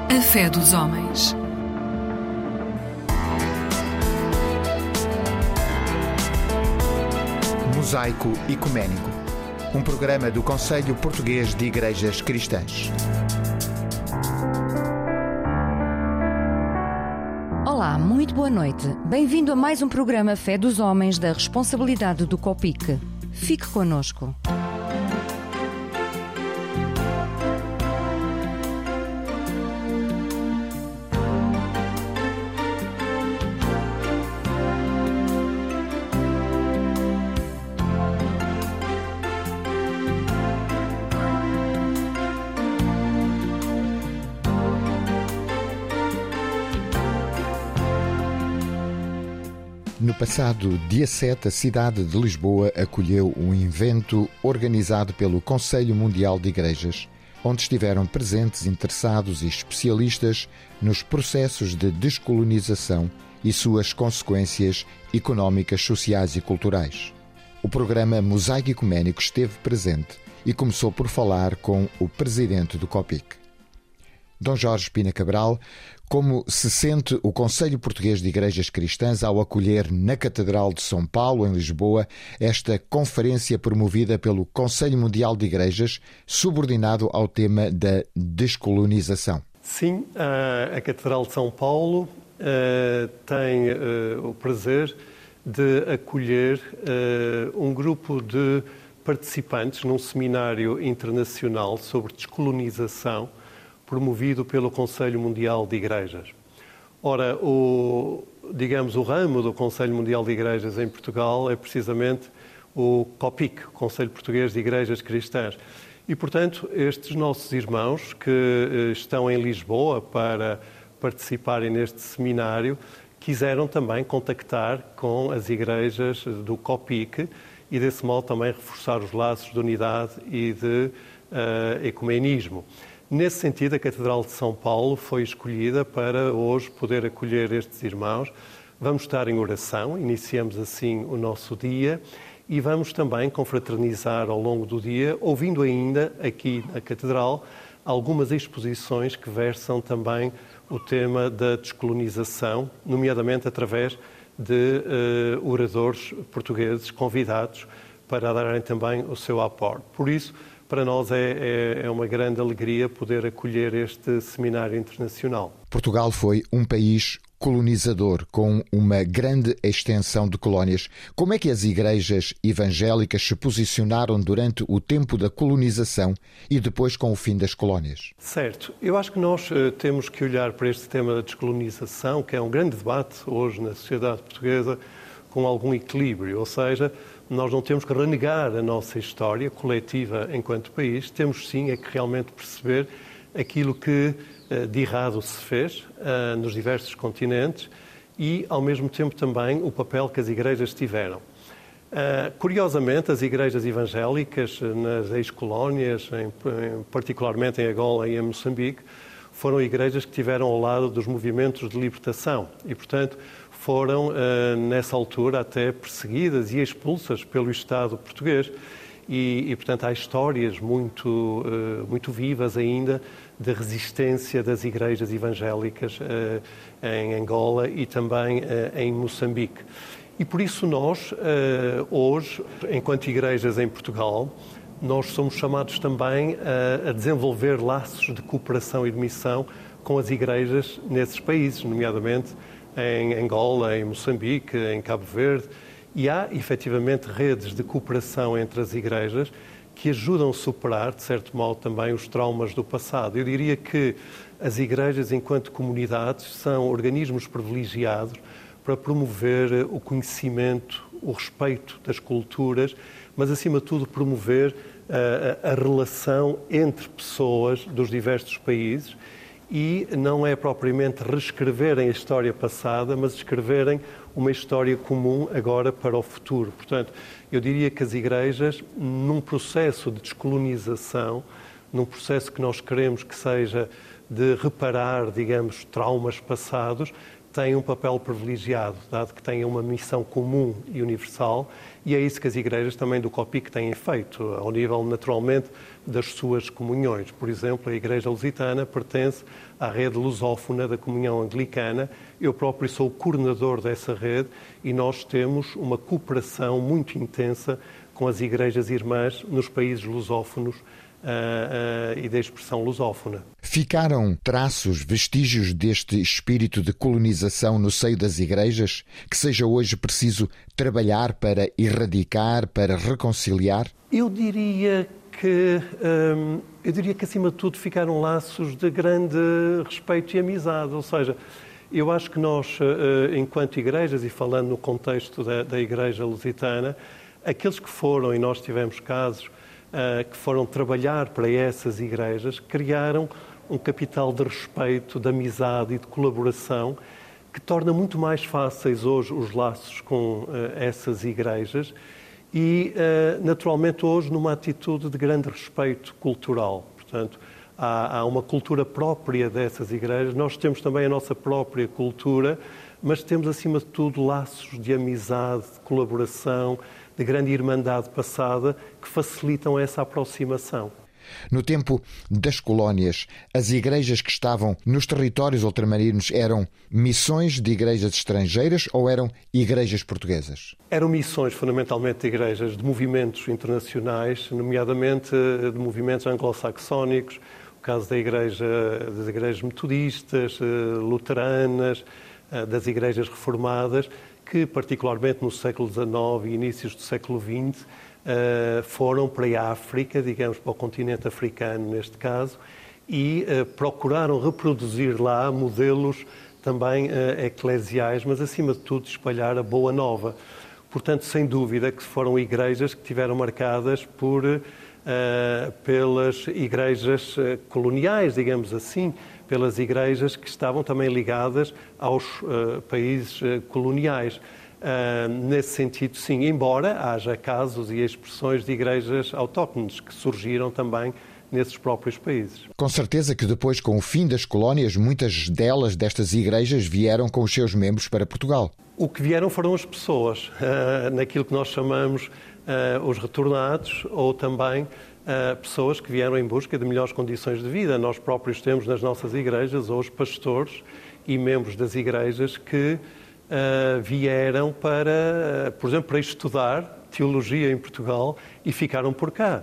A fé dos homens. Mosaico Ecuménico, um programa do Conselho Português de Igrejas Cristãs. Olá, muito boa noite. Bem-vindo a mais um programa Fé dos Homens da responsabilidade do COPIC. Fique connosco. No passado dia 7, a cidade de Lisboa acolheu um evento organizado pelo Conselho Mundial de Igrejas, onde estiveram presentes interessados e especialistas nos processos de descolonização e suas consequências económicas, sociais e culturais. O programa Mosaico Ecuménico esteve presente e começou por falar com o presidente do COPIC. Dom Jorge Pina Cabral, como se sente o Conselho Português de Igrejas Cristãs ao acolher na Catedral de São Paulo, em Lisboa, esta conferência promovida pelo Conselho Mundial de Igrejas, subordinado ao tema da descolonização? Sim, a Catedral de São Paulo tem o prazer de acolher um grupo de participantes num seminário internacional sobre descolonização, promovido pelo Conselho Mundial de Igrejas. Ora, o ramo do Conselho Mundial de Igrejas em Portugal é precisamente o COPIC, Conselho Português de Igrejas Cristãs. E, portanto, estes nossos irmãos que estão em Lisboa para participarem neste seminário, quiseram também contactar com as igrejas do COPIC e, desse modo, também reforçar os laços de unidade e de ecumenismo. Nesse sentido, a Catedral de São Paulo foi escolhida para hoje poder acolher estes irmãos. Vamos estar em oração, iniciamos assim o nosso dia e vamos também confraternizar ao longo do dia, ouvindo ainda aqui na Catedral algumas exposições que versam também o tema da descolonização, nomeadamente através de oradores portugueses convidados para darem também o seu aporte. Por isso, para nós é uma grande alegria poder acolher este seminário internacional. Portugal foi um país colonizador, com uma grande extensão de colónias. Como é que as igrejas evangélicas se posicionaram durante o tempo da colonização e depois com o fim das colónias? Certo. Eu acho que nós temos que olhar para este tema da descolonização, que é um grande debate hoje na sociedade portuguesa, com algum equilíbrio, ou seja, nós não temos que renegar a nossa história coletiva enquanto país, temos sim é que realmente perceber aquilo que de errado se fez nos diversos continentes e, ao mesmo tempo, também o papel que as igrejas tiveram. Curiosamente, as igrejas evangélicas nas ex-colónias, particularmente em Angola e em Moçambique, foram igrejas que estiveram ao lado dos movimentos de libertação e, portanto, foram, nessa altura, até perseguidas e expulsas pelo Estado português. E portanto, há histórias muito vivas ainda de resistência das igrejas evangélicas em Angola e também em Moçambique. E por isso nós, hoje, enquanto igrejas em Portugal, nós somos chamados também a desenvolver laços de cooperação e de missão com as igrejas nesses países, nomeadamente em Angola, em Moçambique, em Cabo Verde, e há efetivamente redes de cooperação entre as igrejas que ajudam a superar, de certo modo, também os traumas do passado. Eu diria que as igrejas, enquanto comunidades, são organismos privilegiados para promover o conhecimento, o respeito das culturas, mas, acima de tudo, promover a relação entre pessoas dos diversos países. E não é propriamente reescreverem a história passada, mas escreverem uma história comum agora para o futuro. Portanto, eu diria que as igrejas, num processo de descolonização, num processo que nós queremos que seja de reparar, digamos, traumas passados, têm um papel privilegiado, dado que têm uma missão comum e universal, e é isso que as igrejas também do COPIC têm feito, ao nível, naturalmente, das suas comunhões. Por exemplo, a Igreja Lusitana pertence à rede lusófona da Comunhão Anglicana. Eu próprio sou o coordenador dessa rede e nós temos uma cooperação muito intensa com as igrejas irmãs nos países lusófonos e da expressão lusófona. Ficaram traços, vestígios deste espírito de colonização no seio das igrejas, que seja hoje preciso trabalhar para erradicar, para reconciliar? Eu diria que, acima de tudo, ficaram laços de grande respeito e amizade. Ou seja, eu acho que nós, enquanto igrejas, e falando no contexto da Igreja Lusitana, aqueles que foram, e nós tivemos casos, que foram trabalhar para essas igrejas, criaram um capital de respeito, de amizade e de colaboração que torna muito mais fáceis hoje os laços com essas igrejas e, naturalmente, hoje numa atitude de grande respeito cultural. Portanto, há uma cultura própria dessas igrejas, nós temos também a nossa própria cultura, mas temos, acima de tudo, laços de amizade, de colaboração, de grande irmandade passada que facilitam essa aproximação. No tempo das colónias, as igrejas que estavam nos territórios ultramarinos eram missões de igrejas estrangeiras ou eram igrejas portuguesas? Eram missões, fundamentalmente, de igrejas de movimentos internacionais, nomeadamente de movimentos anglo-saxónicos, o caso das igrejas metodistas, luteranas, das igrejas reformadas, que particularmente no século XIX e inícios do século XX foram para a África, digamos, para o continente africano neste caso, e procuraram reproduzir lá modelos também eclesiais, mas acima de tudo espalhar a boa nova. Portanto, sem dúvida que foram igrejas que tiveram marcadas pelas igrejas coloniais, digamos assim, pelas igrejas que estavam também ligadas aos países coloniais. Nesse sentido, sim, embora haja casos e expressões de igrejas autóctones que surgiram também nesses próprios países. Com certeza que depois, com o fim das colónias, muitas destas igrejas vieram com os seus membros para Portugal. O que vieram foram as pessoas, naquilo que nós chamamos os retornados, ou também pessoas que vieram em busca de melhores condições de vida. Nós próprios temos nas nossas igrejas hoje pastores e membros das igrejas que vieram para, por exemplo, para estudar teologia em Portugal e ficaram por cá.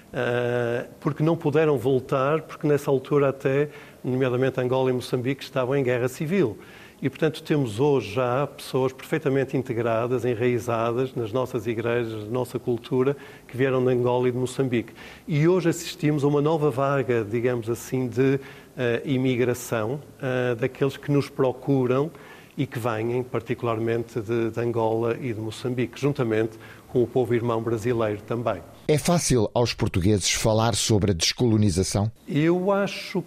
Porque não puderam voltar, porque nessa altura até, nomeadamente Angola e Moçambique, estavam em guerra civil. E, portanto, temos hoje já pessoas perfeitamente integradas, enraizadas nas nossas igrejas, na nossa cultura, que vieram de Angola e de Moçambique. E hoje assistimos a uma nova vaga, digamos assim, de imigração, daqueles que nos procuram e que vêm particularmente de Angola e de Moçambique, juntamente com o povo irmão brasileiro também. É fácil aos portugueses falar sobre a descolonização? Eu acho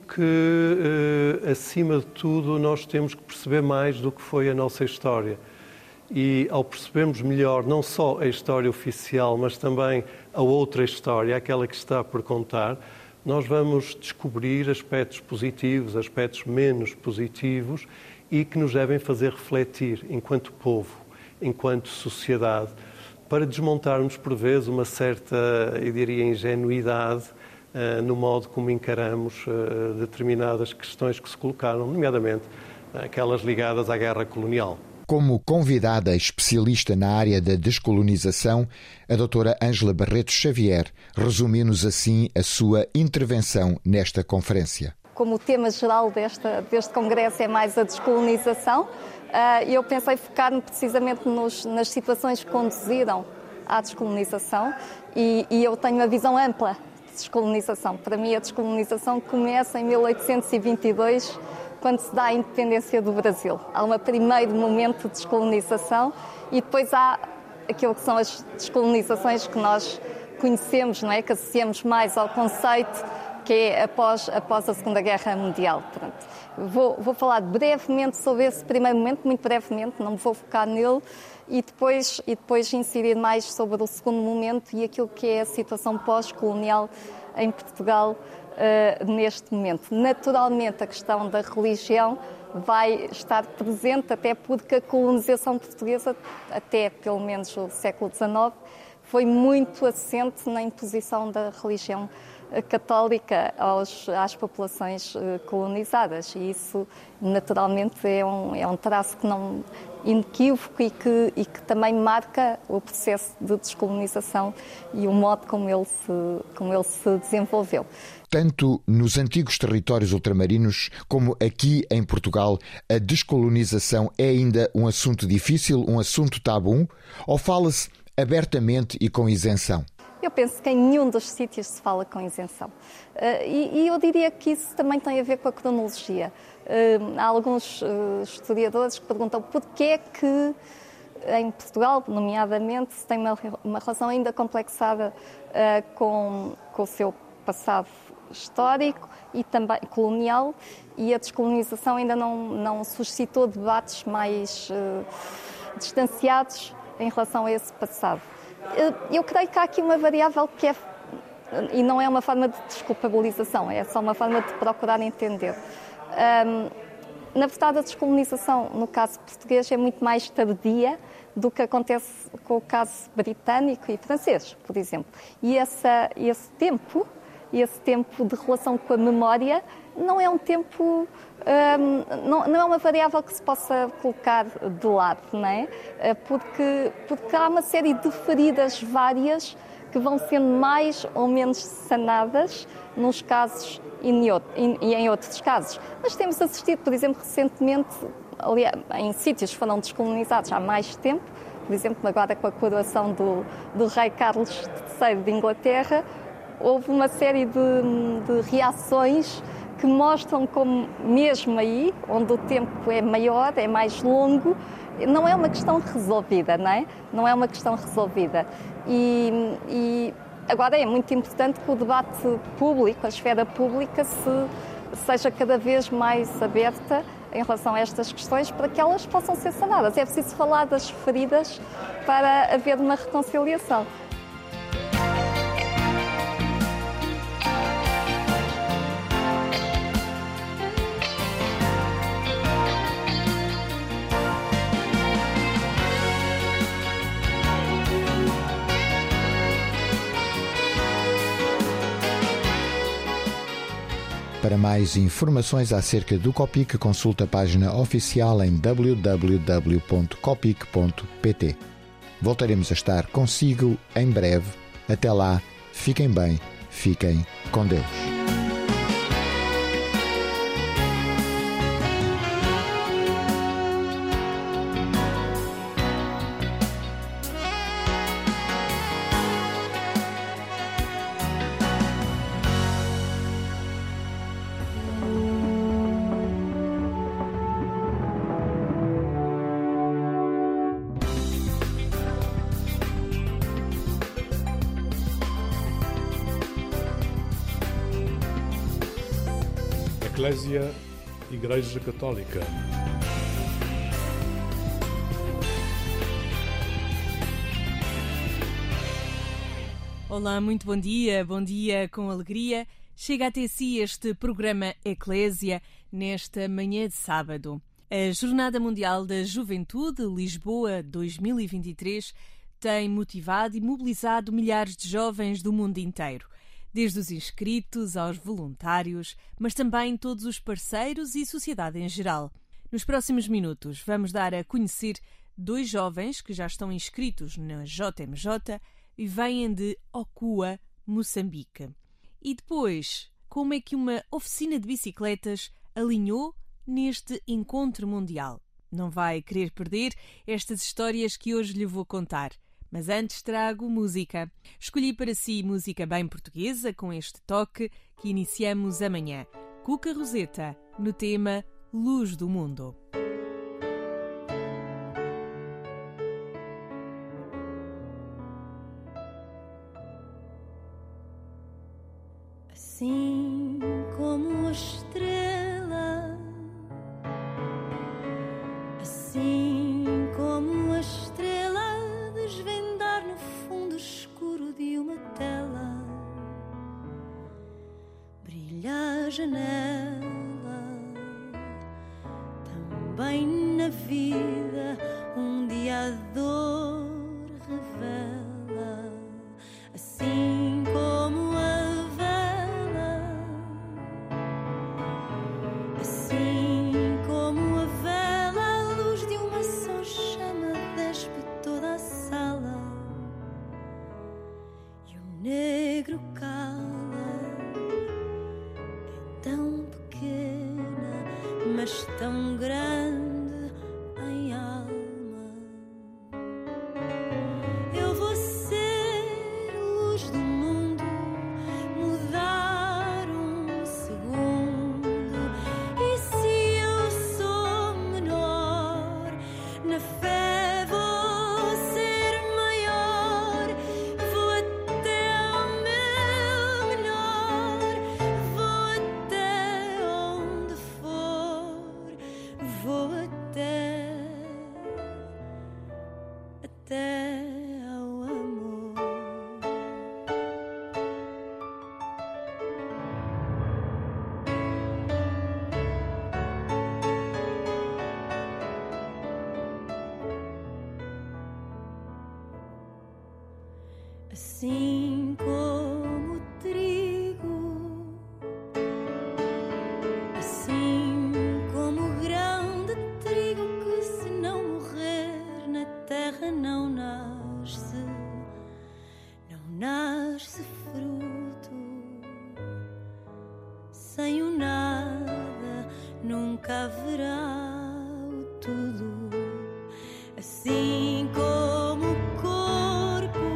que, acima de tudo, nós temos que perceber mais do que foi a nossa história. E, ao percebermos melhor não só a história oficial, mas também a outra história, aquela que está por contar, nós vamos descobrir aspectos positivos, aspectos menos positivos e que nos devem fazer refletir enquanto povo, enquanto sociedade, para desmontarmos, por vezes, uma certa, eu diria, ingenuidade no modo como encaramos determinadas questões que se colocaram, nomeadamente aquelas ligadas à guerra colonial. Como convidada especialista na área da descolonização, a doutora Ângela Barreto Xavier resumiu-nos assim a sua intervenção nesta conferência. Como o tema geral deste congresso é mais a descolonização, eu pensei focar-me precisamente nas situações que conduziram à descolonização e eu tenho uma visão ampla de descolonização. Para mim, a descolonização começa em 1822, quando se dá a independência do Brasil. Há um primeiro momento de descolonização e depois há aquilo que são as descolonizações que nós conhecemos, não é? Que associamos mais ao conceito que é após a Segunda Guerra Mundial. Vou falar brevemente sobre esse primeiro momento, muito brevemente, não me vou focar nele, e depois incidir mais sobre o segundo momento e aquilo que é a situação pós-colonial em Portugal neste momento. Naturalmente, a questão da religião vai estar presente, até porque a colonização portuguesa, até pelo menos o século XIX, foi muito assente na imposição da religião católica às populações colonizadas. E isso, naturalmente, é um traço que não inequívoco e que também marca o processo de descolonização e o modo como ele se desenvolveu. Tanto nos antigos territórios ultramarinos como aqui em Portugal, a descolonização é ainda um assunto difícil, um assunto tabu, ou fala-se abertamente e com isenção? Eu penso que em nenhum dos sítios se fala com isenção. E eu diria que isso também tem a ver com a cronologia. Há alguns historiadores que perguntam porquê é que em Portugal, nomeadamente, se tem uma relação ainda complexada com o seu passado histórico e também colonial, e a descolonização ainda não suscitou debates mais distanciados em relação a esse passado. Eu creio que há aqui uma variável que é, e não é uma forma de desculpabilização, é só uma forma de procurar entender. Na verdade, a descolonização, no caso português, é muito mais tardia do que acontece com o caso britânico e francês, por exemplo. E esse tempo de relação com a memória não é um tempo, não é uma variável que se possa colocar de lado, não é? Porque há uma série de feridas várias que vão sendo mais ou menos sanadas nos casos e em outros casos. Mas temos assistido, por exemplo, recentemente, aliás, em sítios que foram descolonizados há mais tempo, por exemplo, agora com a coroação do rei Carlos III de Inglaterra, houve uma série de reações que mostram como, mesmo aí, onde o tempo é maior, é mais longo, não é uma questão resolvida, não é? Não é uma questão resolvida. E agora é muito importante que o debate público, a esfera pública, seja cada vez mais aberta em relação a estas questões para que elas possam ser sanadas. É preciso falar das feridas para haver uma reconciliação. Para mais informações acerca do Copic, consulte a página oficial em www.copic.pt. Voltaremos a estar consigo em breve. Até lá, fiquem bem, fiquem com Deus. Eclésia, Igreja Católica. Olá, muito bom dia com alegria. Chega até si este programa Eclésia nesta manhã de sábado. A Jornada Mundial da Juventude, Lisboa 2023, tem motivado e mobilizado milhares de jovens do mundo inteiro. Desde os inscritos aos voluntários, mas também todos os parceiros e sociedade em geral. Nos próximos minutos vamos dar a conhecer dois jovens que já estão inscritos na JMJ e vêm de Okua, Moçambique. E depois, como é que uma oficina de bicicletas alinhou neste encontro mundial? Não vai querer perder estas histórias que hoje lhe vou contar. Mas antes trago música. Escolhi para si música bem portuguesa com este toque que iniciamos amanhã. Cuca Roseta, no tema Luz do Mundo. Assim janela, também na vida um dia a dor revela, assim como a vela, assim como a vela, a luz de uma só chama despe toda a sala e o negro cala. É tão pequena, mas tão grande em alma. Eu vou ser luz do mundo, mudar um segundo. E se eu sou menor, na fé vou ser maior. Vou até ao meu melhor, vou até onde for, vou até ao amor. Assim como o trigo, assim como o grão de trigo que se não morrer na terra não nasce, não nasce fruto. Sem o nada nunca haverá o tudo. Assim como o corpo,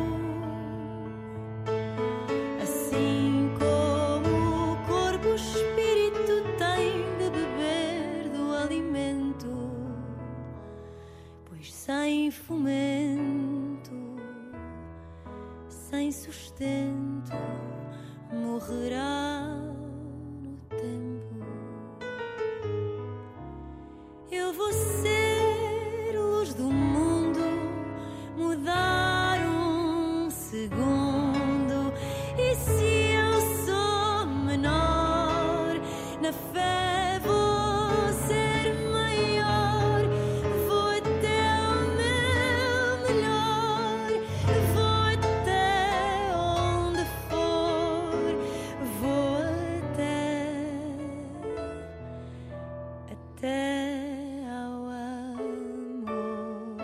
assim como o corpo, o espírito tem de beber do alimento, pois sem fomento, sem sustento, morrerá no tempo. Eu vou ser luz do mundo, mudar um segundo. E se eu sou menor, na fé vou ser maior. Vou até ao meu melhor, vou até onde for, vou até ao amor.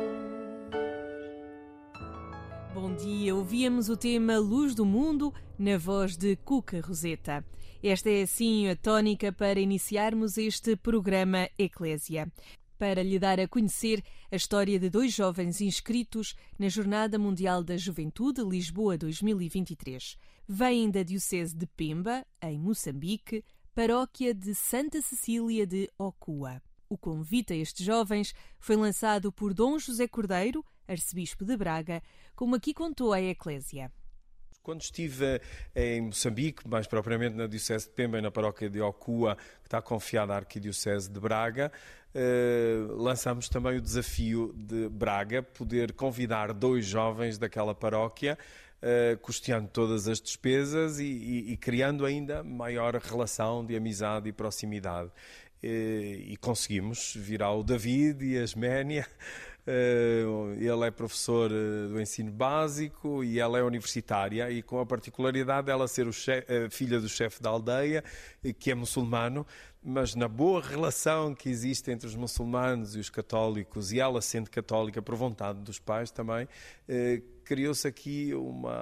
Bom dia, ouvíamos o tema Luz do Mundo na voz de Cuca Roseta. Esta é assim a tónica para iniciarmos este programa Eclésia, para lhe dar a conhecer a história de dois jovens inscritos na Jornada Mundial da Juventude Lisboa 2023. Vêm da Diocese de Pemba, em Moçambique, paróquia de Santa Cecília de Ocoa. O convite a estes jovens foi lançado por Dom José Cordeiro, arcebispo de Braga, como aqui contou a Eclésia. Quando estive em Moçambique, mais propriamente na Diocese de Pemba e na paróquia de Ocoa, que está confiada à Arquidiocese de Braga, lançámos também o desafio de Braga poder convidar dois jovens daquela paróquia, custeando todas as despesas e criando ainda maior relação de amizade e proximidade. E conseguimos virar o David e a Esménia. Ele é professor do ensino básico e ela é universitária, e com a particularidade dela ser filha do chefe da aldeia, que é muçulmano, mas na boa relação que existe entre os muçulmanos e os católicos, e ela sendo católica por vontade dos pais também, criou-se aqui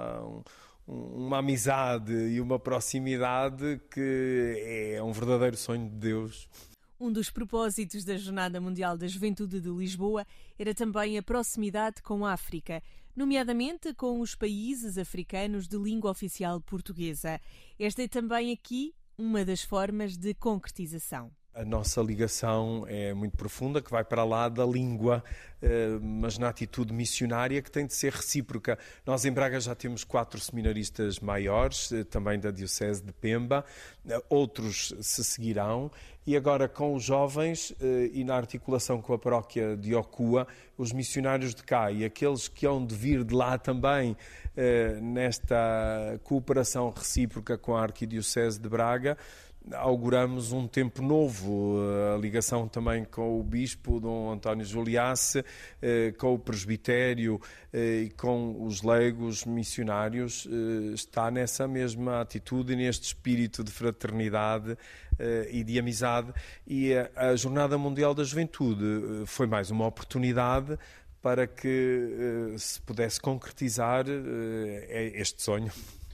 uma amizade e uma proximidade que é um verdadeiro sonho de Deus. Um dos propósitos da Jornada Mundial da Juventude de Lisboa era também a proximidade com a África, nomeadamente com os países africanos de língua oficial portuguesa. Esta é também aqui uma das formas de concretização. A nossa ligação é muito profunda, que vai para lá da língua, mas na atitude missionária que tem de ser recíproca. Nós em Braga já temos 4 seminaristas maiores, também da Diocese de Pemba, outros se seguirão, e agora com os jovens e na articulação com a paróquia de Ocoa, os missionários de cá e aqueles que hão de vir de lá também nesta cooperação recíproca com a Arquidiocese de Braga, auguramos um tempo novo, a ligação também com o Bispo Dom António Juliace, com o presbitério e com os leigos missionários, está nessa mesma atitude e neste espírito de fraternidade e de amizade. E a Jornada Mundial da Juventude foi mais uma oportunidade para que se pudesse concretizar este sonho.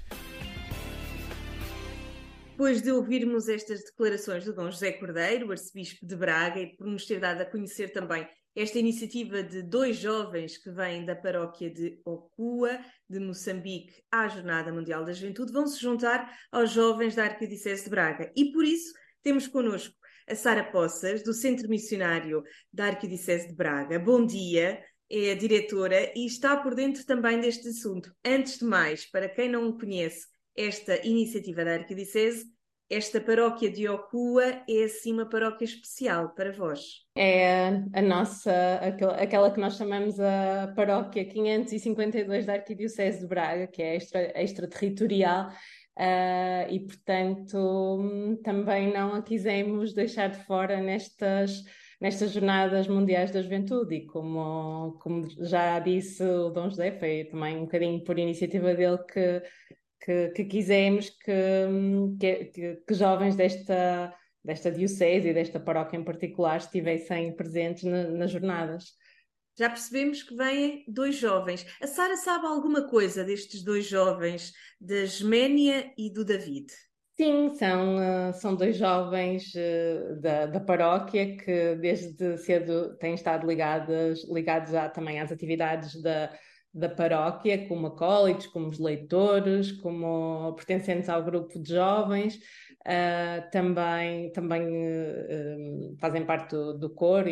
Depois de ouvirmos estas declarações do Dom José Cordeiro, arcebispo de Braga, e por nos ter dado a conhecer também esta iniciativa de 2 jovens que vêm da paróquia de Ocua, de Moçambique, à Jornada Mundial da Juventude, vão se juntar aos jovens da Arquidiocese de Braga. E por isso temos connosco a Sara Poças, do Centro Missionário da Arquidiocese de Braga. Bom dia, é a diretora e está por dentro também deste assunto. Antes de mais, para quem não conhece esta iniciativa da Arquidiocese, esta paróquia de Ocua é assim uma paróquia especial para vós. É a nossa, aquela que nós chamamos a paróquia 552 da Arquidiocese de Braga, que é extraterritorial, e portanto também não a quisemos deixar de fora nestas Jornadas Mundiais da Juventude. E como já disse o Dom José, foi também um bocadinho por iniciativa dele que quisemos que jovens desta diocese e desta paróquia em particular estivessem presentes nas jornadas. Já percebemos que vêm 2 jovens. A Sara sabe alguma coisa destes 2 jovens, da Gesménia e do David? Sim, são 2 jovens da paróquia que desde cedo têm estado ligados também às atividades da paróquia, como acólitos, como os leitores, como pertencentes ao grupo de jovens, também fazem parte do coro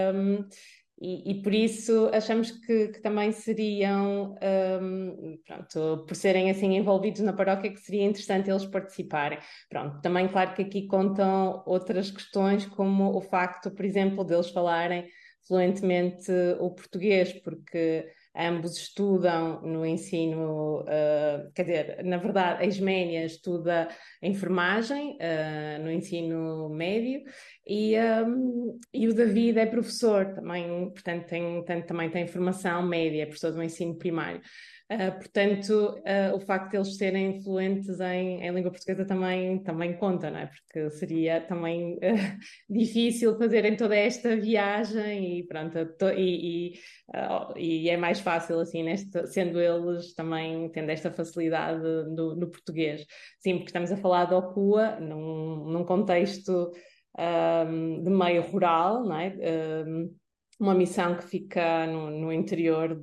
e por isso achamos que também seriam, pronto, por serem assim envolvidos na paróquia, que seria interessante eles participarem. Pronto, também claro que aqui contam outras questões, como o facto, por exemplo, deles falarem fluentemente o português, porque ambos estudam no ensino, quer dizer, na verdade, a Isménia estuda enfermagem no ensino médio e o David é professor também, portanto também tem formação média, é professor do ensino primário. Portanto, o facto de eles serem fluentes em língua portuguesa também conta, não é? Porque seria também difícil fazerem toda esta viagem e pronto, e é mais fácil assim, sendo eles também tendo esta facilidade no português. Sim, porque estamos a falar de Ocua num contexto de meio rural, não é? Uma missão que fica no interior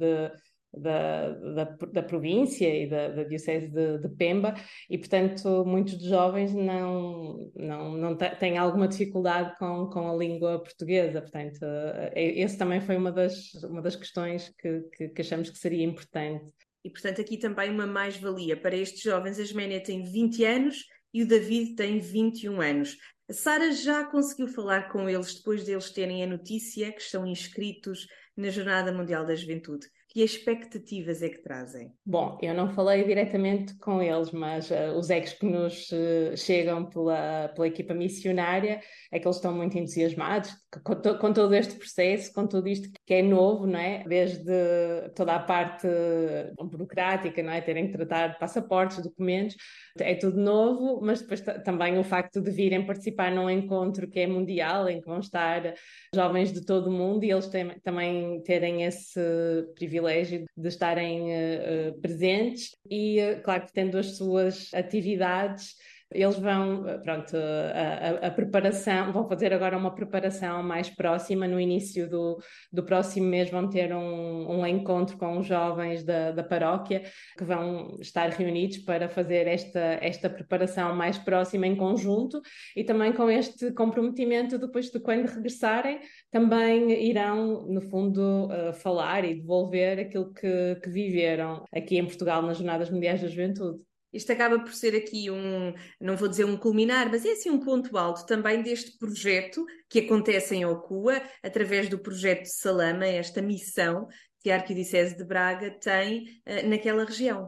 da província e da diocese de Pemba, e portanto muitos dos jovens não têm alguma dificuldade com a língua portuguesa. Portanto, esse também foi uma das questões que achamos que seria importante. E portanto aqui também uma mais-valia para estes jovens. A Gesménia tem 20 anos e o David tem 21 anos. A Sara já conseguiu falar com eles depois deles terem a notícia que estão inscritos na Jornada Mundial da Juventude. Que expectativas é que trazem? Bom, eu não falei diretamente com eles, mas os ecos que nos chegam pela equipa missionária é que eles estão muito entusiasmados com todo este processo, com tudo isto que é novo, não é? Desde toda a parte burocrática, não é? Terem que tratar passaportes, documentos, é tudo novo, mas depois também o facto de virem participar num encontro que é mundial, em que vão estar jovens de todo o mundo, e eles também terem esse privilégio de estarem presentes e, claro que tendo as suas atividades, eles vão, pronto, a preparação, vão fazer agora uma preparação mais próxima. No início do próximo mês vão ter um encontro com os jovens da paróquia, que vão estar reunidos para fazer esta preparação mais próxima em conjunto, e também com este comprometimento depois de quando regressarem, também irão, no fundo, falar e devolver aquilo que viveram aqui em Portugal nas Jornadas Mundiais da Juventude. Isto acaba por ser aqui não vou dizer um culminar, mas é assim um ponto alto também deste projeto que acontece em Ocua, através do projeto Salama, esta missão que a Arquidiocese de Braga tem naquela região.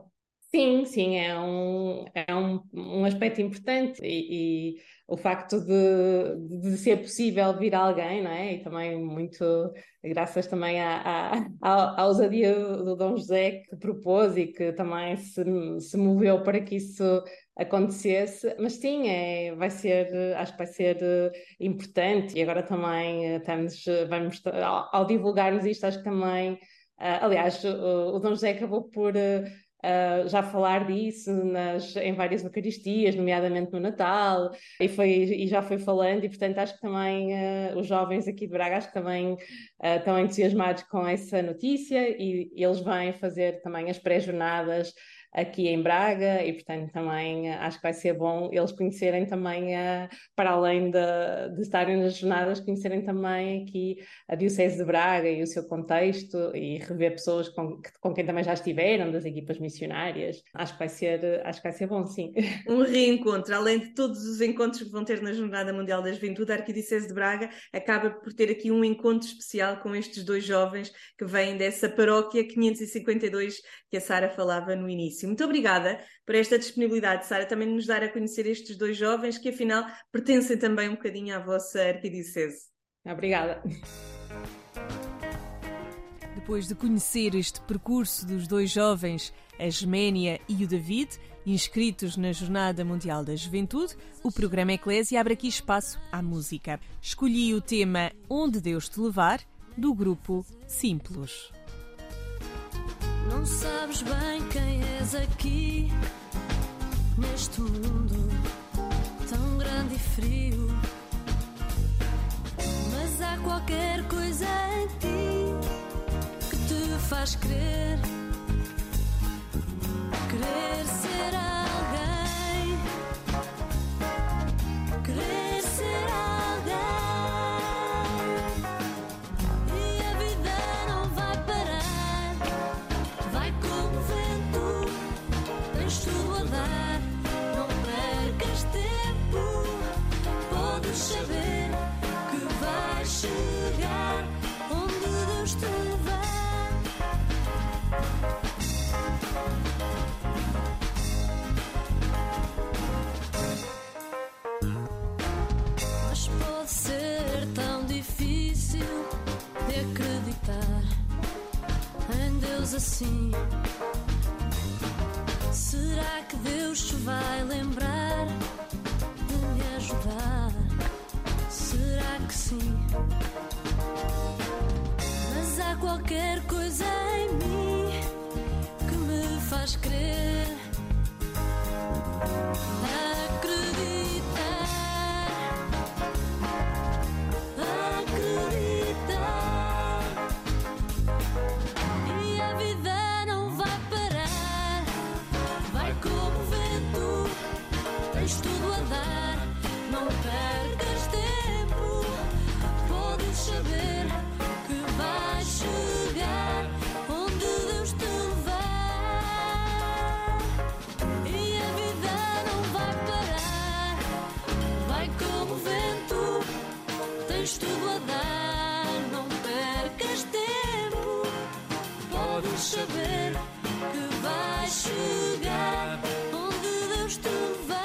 Sim, é um aspecto importante e o facto de ser possível vir alguém, não é? E também muito graças também à ousadia do Dom José que propôs e que também se moveu para que isso acontecesse, mas sim, acho que vai ser importante e agora também ao divulgarmos isto, acho que também, aliás, o Dom José acabou por já falar disso em várias Eucaristias, nomeadamente no Natal, e já foi falando, e portanto acho que também os jovens aqui de Braga acho que também estão entusiasmados com essa notícia e eles vêm fazer também as pré-jornadas aqui em Braga e portanto também acho que vai ser bom eles conhecerem também, para além de estarem nas jornadas, conhecerem também aqui a Diocese de Braga e o seu contexto e rever pessoas com quem também já estiveram, das equipas missionárias. Acho que vai ser bom, sim. Um reencontro, além de todos os encontros que vão ter na Jornada Mundial da Juventude, a Arquidiocese de Braga acaba por ter aqui um encontro especial com estes dois jovens que vêm dessa paróquia 552 que a Sara falava no início. Muito obrigada por esta disponibilidade, Sara, também de nos dar a conhecer estes dois jovens que afinal pertencem também um bocadinho à vossa Arquidiocese. Obrigada. Depois de conhecer este percurso dos dois jovens, a Geménia e o David, inscritos na Jornada Mundial da Juventude, o programa Eclésia abre aqui espaço à música. Escolhi o tema Onde Deus Te Levar, do grupo Simplos. Não sabes bem quem és aqui, neste mundo tão grande e frio, mas há qualquer coisa em ti que te faz querer ser alguém, querer ser alguém. E a vida não vai parar, vai como vento, tens tudo a dar. Não percas tempo, podes saber que vais chegar onde Deus te levar. Mas pode ser tão difícil de acreditar em Deus assim. Será que Deus se vai lembrar de me ajudar? Será que sim? Mas há qualquer coisa em mim que me faz crer, acreditar. E a vida não vai parar, vai como vento, tens tudo a dar. Não percas tempo, podes saber que vais chegar onde Deus te levar. E a vida não vai parar, vai como vento, tens tudo a dar. Não percas tempo, podes saber que vais chegar onde Deus te levar.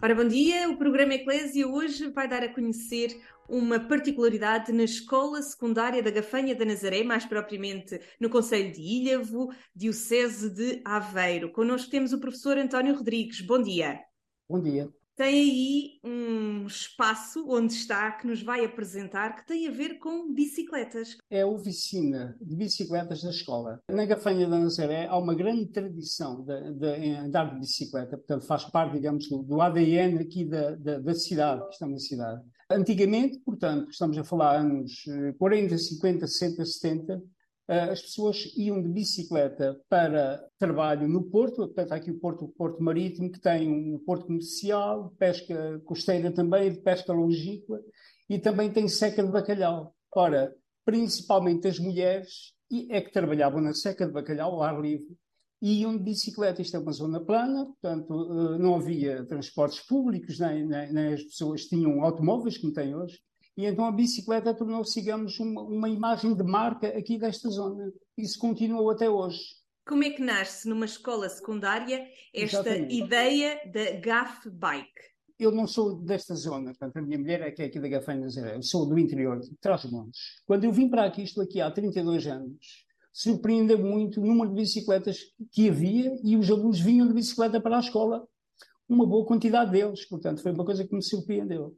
Ora, bom dia. O programa Eclésia hoje vai dar a conhecer uma particularidade na Escola Secundária da Gafanha da Nazaré, mais propriamente no concelho de Ilhavo, diocese de Aveiro. Connosco temos o professor António Rodrigues. Bom dia. Bom dia. Tem aí um espaço onde está, que nos vai apresentar, que tem a ver com bicicletas. É a oficina de bicicletas da escola. Na Gafanha da Nazaré há uma grande tradição em andar de bicicleta, portanto faz parte, digamos, do ADN aqui da cidade, que estamos na cidade. Antigamente, portanto, estamos a falar anos 40, 50, 60, 70, as pessoas iam de bicicleta para trabalho no porto, portanto há aqui o Porto Marítimo, que tem um porto comercial, de pesca costeira também, de pesca longínqua, e também tem seca de bacalhau. Ora, principalmente as mulheres é que trabalhavam na seca de bacalhau ao ar livre e iam de bicicleta. Isto é uma zona plana, portanto não havia transportes públicos, nem as pessoas tinham automóveis como têm hoje. E então a bicicleta tornou-se, digamos, uma imagem de marca aqui desta zona. Isso continuou até hoje. Como é que nasce numa escola secundária esta Exatamente. ideia da GAF Bike? Eu não sou desta zona, portanto a minha mulher é que é aqui da Gafanha da Nazaré. Eu sou do interior, de Trás-os-Montes. Quando eu vim para aqui, estou aqui há 32 anos, surpreendeu muito o número de bicicletas que havia e os alunos vinham de bicicleta para a escola. Uma boa quantidade deles, portanto foi uma coisa que me surpreendeu.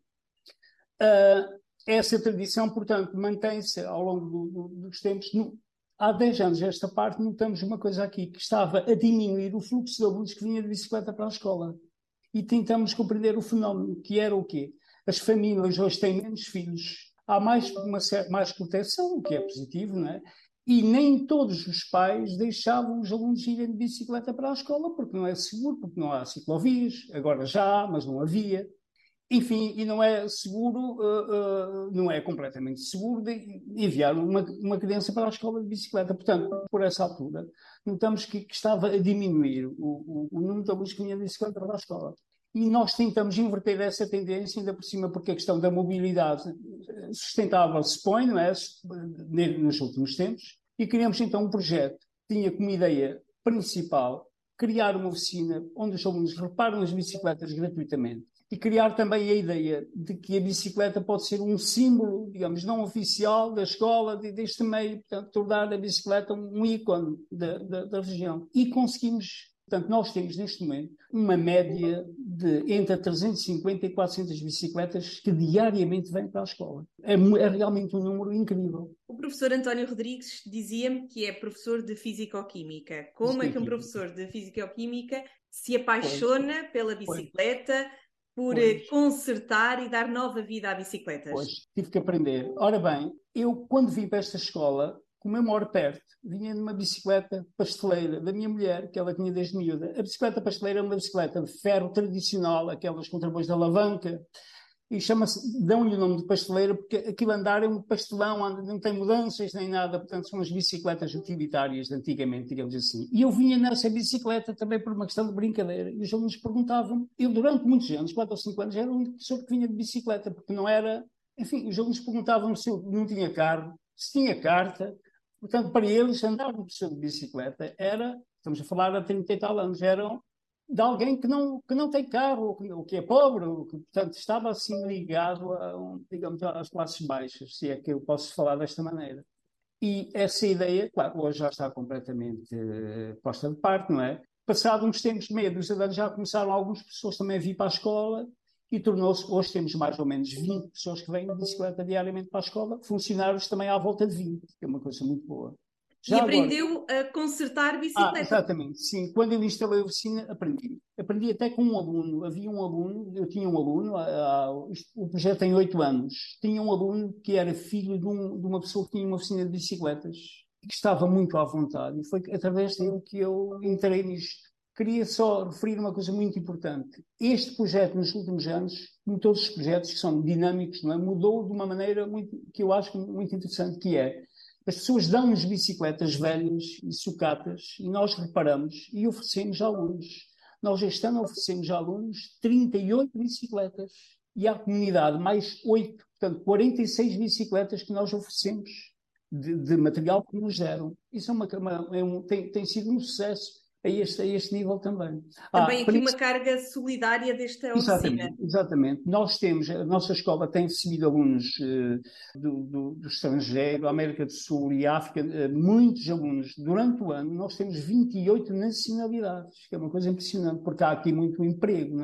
Essa tradição, portanto, mantém-se ao longo dos tempos. Há 10 anos, esta parte, notamos uma coisa aqui, que estava a diminuir o fluxo de alunos que vinha de bicicleta para a escola. E tentamos compreender o fenómeno, que era o quê? As famílias hoje têm menos filhos, há mais proteção, o que é positivo, não é? E nem todos os pais deixavam os alunos irem de bicicleta para a escola, porque não é seguro, porque não há ciclovias, agora já há, mas não havia. Enfim, e não é seguro, não é completamente seguro de enviar uma criança para a escola de bicicleta. Portanto, por essa altura, notamos que estava a diminuir o número de alunos que vinham de bicicleta para a escola. E nós tentamos inverter essa tendência, ainda por cima, porque a questão da mobilidade sustentável se põe, não é? Nos últimos tempos, e criamos então um projeto que tinha como ideia principal criar uma oficina onde os alunos reparam as bicicletas gratuitamente. E criar também a ideia de que a bicicleta pode ser um símbolo, digamos, não oficial da escola, deste meio, portanto, tornar a bicicleta um ícone da região. E conseguimos, portanto, nós temos neste momento uma média de entre 350 e 400 bicicletas que diariamente vêm para a escola. É realmente um número incrível. O professor António Rodrigues dizia-me que é professor de Fisicoquímica. Como é que um professor de Fisicoquímica se apaixona pela bicicleta, por consertar e dar nova vida a bicicletas? Pois, tive que aprender. Ora bem, eu quando vim para esta escola, como eu moro perto, vinha numa bicicleta pasteleira da minha mulher, que ela tinha desde miúda. A bicicleta pasteleira é uma bicicleta de ferro tradicional, aquelas com travões de alavanca, e dão-lhe o nome de pasteleira porque aquilo andar é um pastelão, não tem mudanças nem nada, portanto são as bicicletas utilitárias de antigamente, digamos assim. E eu vinha nessa bicicleta também por uma questão de brincadeira, e os alunos perguntavam, eu durante muitos anos, 4 ou 5 anos, era o único professor que vinha de bicicleta, porque não era, enfim, os alunos perguntavam se eu não tinha carro, se tinha carta, portanto para eles andar de professor de bicicleta era, estamos a falar há 30 e tal anos, eram de alguém que não tem carro, ou que é pobre, ou que, portanto, estava assim ligado digamos, às classes baixas, se é que eu posso falar desta maneira. E essa ideia, claro, hoje já está completamente posta de parte, não é? Passado uns tempos, meia dúzia de anos, já começaram alguns professores também a vir para a escola e tornou-se, hoje temos mais ou menos 20 pessoas que vêm de bicicleta diariamente para a escola, funcionários também à volta de 20, que é uma coisa muito boa. Já e aprendeu a consertar bicicleta? Exatamente, sim. Quando eu instalei a oficina, aprendi. Aprendi até com um aluno. Havia um aluno, eu tinha um aluno, o projeto tem 8 anos. Tinha um aluno que era filho de uma pessoa que tinha uma oficina de bicicletas e que estava muito à vontade. E foi através dele que eu entrei nisto. Queria só referir uma coisa muito importante. Este projeto, nos últimos anos, como todos os projetos que são dinâmicos, não é? Mudou de uma maneira que eu acho muito interessante, que é as pessoas dão-nos bicicletas velhas e sucatas e nós reparamos e oferecemos a alunos. Nós este ano oferecemos a alunos 38 bicicletas e à comunidade mais 8, portanto 46 bicicletas que nós oferecemos de material que nos deram. Isso tem sido um sucesso. a este nível também. Também aqui uma carga solidária desta oficina. Exatamente. Nós temos, a nossa escola tem recebido alunos do estrangeiro, América do Sul e África, muitos alunos. Durante o ano nós temos 28 nacionalidades, que é uma coisa impressionante, porque há aqui muito emprego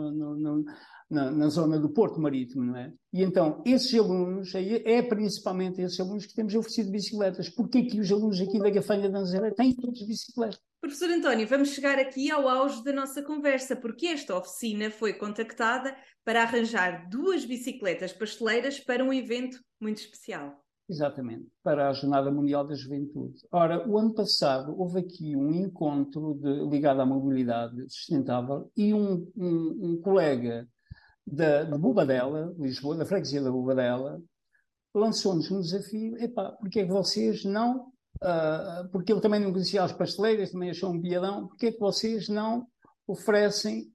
na zona do Porto Marítimo, não é? E então, esses alunos, é principalmente esses alunos que temos oferecido bicicletas, porque aqui os alunos aqui da Gafanha da Nazaré têm todos bicicletas. Professor António, vamos chegar aqui ao auge da nossa conversa, porque esta oficina foi contactada para arranjar 2 bicicletas pasteleiras para um evento muito especial. Exatamente, para a Jornada Mundial da Juventude. Ora, o ano passado houve aqui um encontro ligado à mobilidade sustentável e um colega de Bobadela, Lisboa, da freguesia da Bobadela, lançou-nos um desafio: porque é que vocês não, porque ele também não conhecia as pasteleiras, também achou um piadão, porque é que vocês não oferecem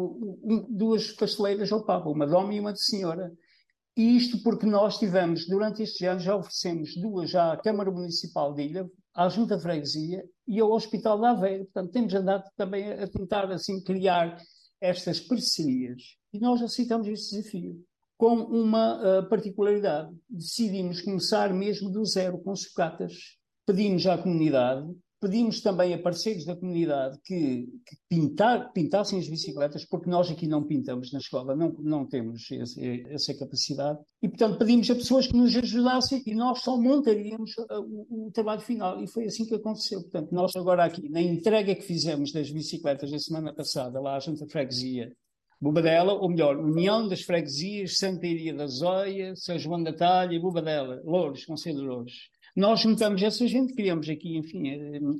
2 pasteleiras ao Papa, uma de homem e uma de senhora? E isto porque nós tivemos, durante estes anos, já oferecemos 2 à Câmara Municipal de Ilha, à Junta de Freguesia e ao Hospital de Aveiro. Portanto, temos andado também a tentar assim criar estas parcerias. E nós aceitamos este desafio com uma particularidade. Decidimos começar mesmo do zero, com sucatas. Pedimos à comunidade, pedimos também a parceiros da comunidade que pintassem as bicicletas, porque nós aqui não pintamos na escola, não temos essa capacidade. E, portanto, pedimos a pessoas que nos ajudassem e nós só montaríamos o trabalho final. E foi assim que aconteceu. Portanto, nós agora aqui, na entrega que fizemos das bicicletas da semana passada, lá à Junta de Freguesia Bobadela, ou melhor, União das Freguesias, Santa Iria da Zóia, São João da Talha e Bobadela, Louros, Conselho de Louros. Nós juntamos essa gente, criamos aqui, enfim,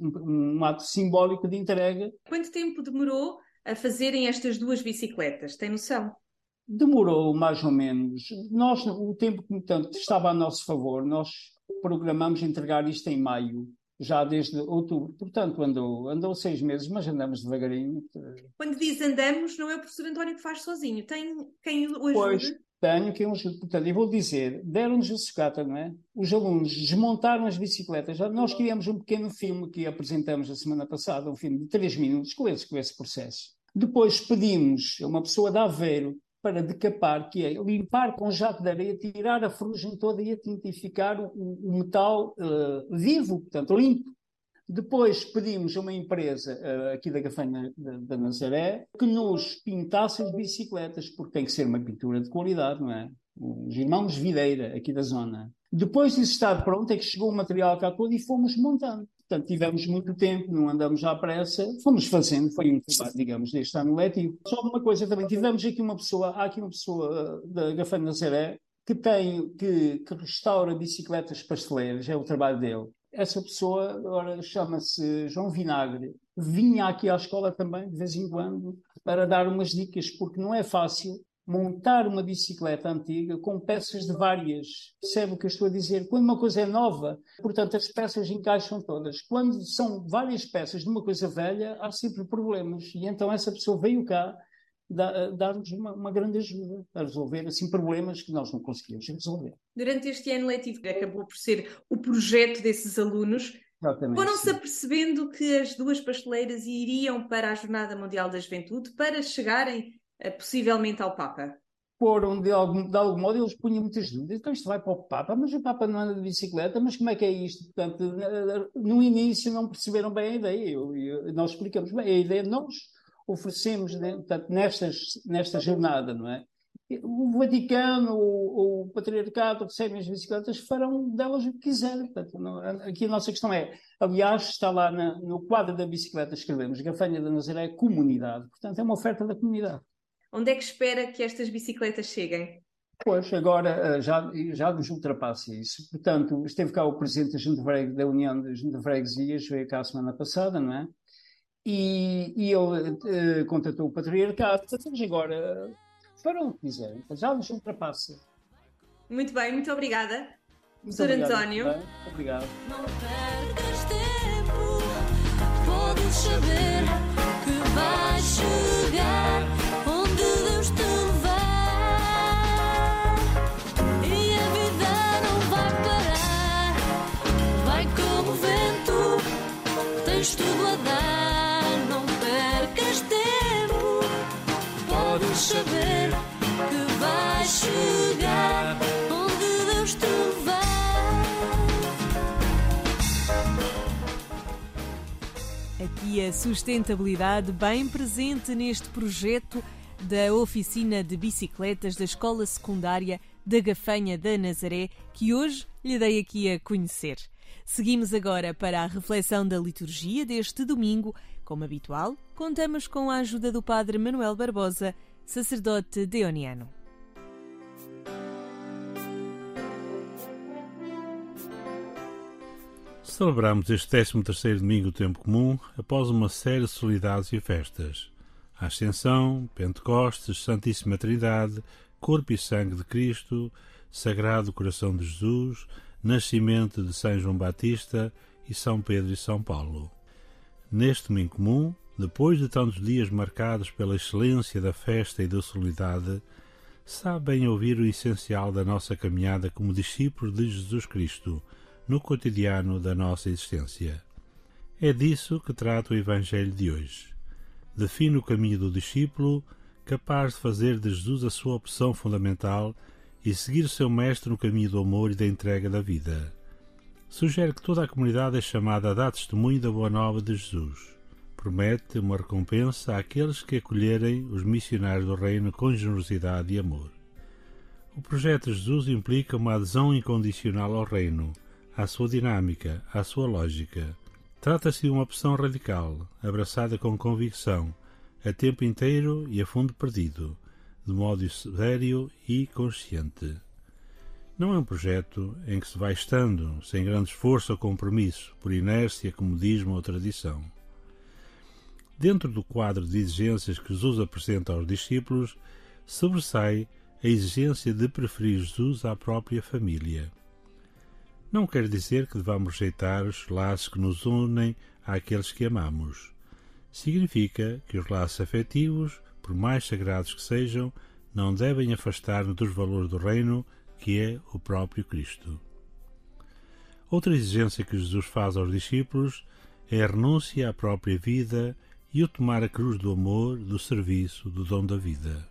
um ato simbólico de entrega. Quanto tempo demorou a fazerem estas 2 bicicletas? Tem noção? Demorou mais ou menos. Nós, o tempo que, portanto, estava a nosso favor, nós programamos entregar isto em maio, já desde outubro. Portanto, andou 6 meses, mas andamos devagarinho. Quando diz andamos, não é o professor António que faz sozinho. Tem quem o ajude? Pois, tenho quem o ajude. Portanto, eu vou dizer, deram-nos a sucata, não é? Os alunos desmontaram as bicicletas. Nós criamos um pequeno filme que apresentamos a semana passada, um filme de 3 minutos com esse processo. Depois pedimos a uma pessoa de Aveiro para decapar, que é limpar com jato de areia, tirar a ferrugem toda e a tinta e ficar o metal vivo, portanto, limpo. Depois pedimos a uma empresa aqui da Gafanha da Nazaré que nos pintasse as bicicletas, porque tem que ser uma pintura de qualidade, não é? Os irmãos Videira, aqui da zona. Depois disso estar pronto, é que chegou o material cá todo e fomos montando. Portanto, tivemos muito tempo, não andamos à pressa, fomos fazendo, foi um trabalho, digamos, deste ano letivo. Só uma coisa também, tivemos aqui há aqui uma pessoa da Gafanha da Nazaré que restaura bicicletas pasteleiras, é o trabalho dele. Essa pessoa agora chama-se João Vinagre. Vinha aqui à escola também, de vez em quando, para dar umas dicas, porque não é fácil montar uma bicicleta antiga com peças de várias. Percebe o que eu estou a dizer? Quando uma coisa é nova, portanto, as peças encaixam todas. Quando são várias peças de uma coisa velha, há sempre problemas. E então essa pessoa veio cá dar-nos uma grande ajuda a resolver assim, problemas que nós não conseguimos resolver. Durante este ano letivo, que acabou por ser o projeto desses alunos, foram-se apercebendo que as 2 pasteleiras iriam para a Jornada Mundial da Juventude para chegarem possivelmente ao Papa? Foram, de algum modo, eles punham muitas dúvidas. Então isto vai para o Papa, mas o Papa não anda de bicicleta, mas como é que é isto? Portanto, no início não perceberam bem a ideia. Nós explicamos bem, a ideia nós oferecemos, portanto, nesta jornada, não é? O Vaticano, o Patriarcado recebem as bicicletas, farão delas o que quiserem. Portanto, aqui a nossa questão é, aliás, está lá no quadro da bicicleta, escrevemos, Gafanha da Nazaré, comunidade. Portanto, é uma oferta da comunidade. Onde é que espera que estas bicicletas cheguem? Pois, agora já nos ultrapassa isso. Portanto, esteve cá o presidente da União das Junta de Freguesias, veio cá a semana passada, não é? E ele contatou o Patriarcado. Portanto, agora farão o que quiserem. Já nos ultrapassa. Muito bem, muito obrigada. Professor António. Muito obrigado. Não percas tempo, podes saber que vais chegar onde Deus te levar. E a vida não vai parar, vai como vento, tens tudo a dar. Aqui a sustentabilidade bem presente neste projeto da oficina de bicicletas da Escola Secundária da Gafanha da Nazaré, que hoje lhe dei aqui a conhecer. Seguimos agora para a reflexão da liturgia deste domingo. Como habitual, contamos com a ajuda do Padre Manuel Barbosa, sacerdote deoniano. Celebramos este 13º domingo do Tempo Comum após uma série de solenidades e festas. A Ascensão, Pentecostes, Santíssima Trindade, Corpo e Sangue de Cristo, Sagrado Coração de Jesus, Nascimento de São João Batista e São Pedro e São Paulo. Neste domingo comum, depois de tantos dias marcados pela excelência da festa e da solenidade, sabe bem ouvir o essencial da nossa caminhada como discípulos de Jesus Cristo, no cotidiano da nossa existência. É disso que trata o Evangelho de hoje. Define o caminho do discípulo, capaz de fazer de Jesus a sua opção fundamental e seguir seu mestre no caminho do amor e da entrega da vida. Sugere que toda a comunidade é chamada a dar testemunho da boa nova de Jesus. Promete uma recompensa àqueles que acolherem os missionários do reino com generosidade e amor. O projeto de Jesus implica uma adesão incondicional ao reino, à sua dinâmica, à sua lógica. Trata-se de uma opção radical, abraçada com convicção, a tempo inteiro e a fundo perdido, de modo sério e consciente. Não é um projeto em que se vai estando, sem grande esforço ou compromisso, por inércia, comodismo ou tradição. Dentro do quadro de exigências que Jesus apresenta aos discípulos, sobressai a exigência de preferir Jesus à própria família. Não quer dizer que devamos rejeitar os laços que nos unem àqueles que amamos. Significa que os laços afetivos, por mais sagrados que sejam, não devem afastar-nos dos valores do reino, que é o próprio Cristo. Outra exigência que Jesus faz aos discípulos é a renúncia à própria vida e o tomar a cruz do amor, do serviço, do dom da vida.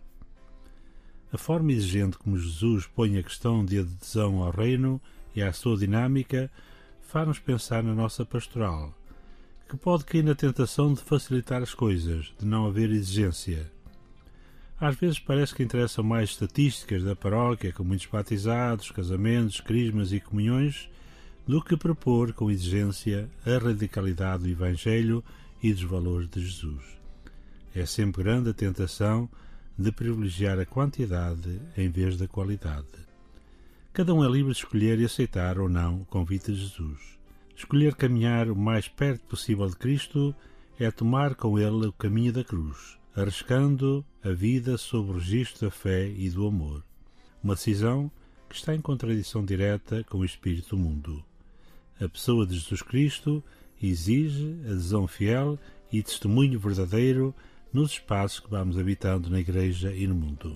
A forma exigente como Jesus põe a questão de adesão ao reino e à sua dinâmica faz-nos pensar na nossa pastoral, que pode cair na tentação de facilitar as coisas, de não haver exigência. Às vezes parece que interessam mais estatísticas da paróquia, com muitos batizados, casamentos, crismas e comunhões, do que propor com exigência a radicalidade do Evangelho e dos valores de Jesus. É sempre grande a tentação de privilegiar a quantidade em vez da qualidade. Cada um é livre de escolher e aceitar ou não o convite de Jesus. Escolher caminhar o mais perto possível de Cristo é tomar com ele o caminho da cruz, arriscando a vida sob o registro da fé e do amor. Uma decisão que está em contradição direta com o espírito do mundo. A pessoa de Jesus Cristo exige adesão fiel e testemunho verdadeiro nos espaços que vamos habitando na Igreja e no mundo.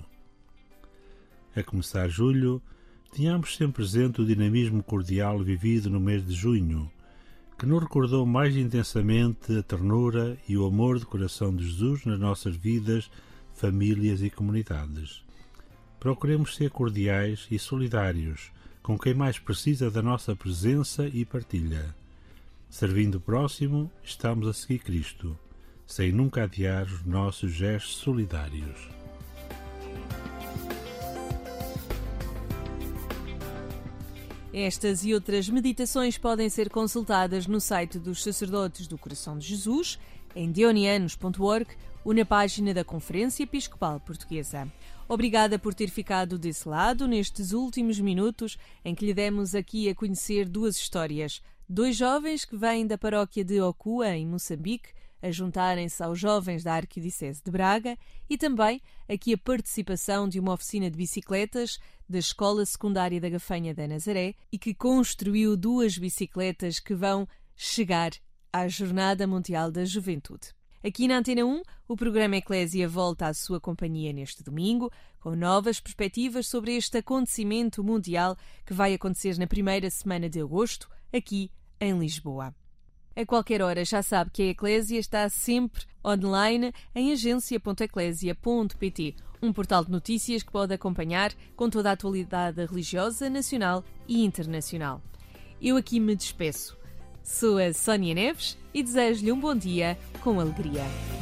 A começar julho, tínhamos sempre presente o dinamismo cordial vivido no mês de junho, que nos recordou mais intensamente a ternura e o amor do coração de Jesus nas nossas vidas, famílias e comunidades. Procuremos ser cordiais e solidários com quem mais precisa da nossa presença e partilha. Servindo o próximo, estamos a seguir Cristo, sem nunca adiar os nossos gestos solidários. Estas e outras meditações podem ser consultadas no site dos Sacerdotes do Coração de Jesus, em deonianos.org ou na página da Conferência Episcopal Portuguesa. Obrigada por ter ficado desse lado nestes últimos minutos em que lhe demos aqui a conhecer duas histórias. Dois jovens que vêm da paróquia de Ocua, em Moçambique, a juntarem-se aos jovens da Arquidiocese de Braga, e também aqui a participação de uma oficina de bicicletas da Escola Secundária da Gafanha da Nazaré e que construiu 2 bicicletas que vão chegar à Jornada Mundial da Juventude. Aqui na Antena 1, o programa Eclésia volta à sua companhia neste domingo, com novas perspectivas sobre este acontecimento mundial que vai acontecer na primeira semana de agosto, aqui em Lisboa. A qualquer hora já sabe que a Eclésia está sempre online em agência.eclésia.pt, um portal de notícias que pode acompanhar com toda a atualidade religiosa, nacional e internacional. Eu aqui me despeço. Sou a Sónia Neves e desejo-lhe um bom dia com alegria.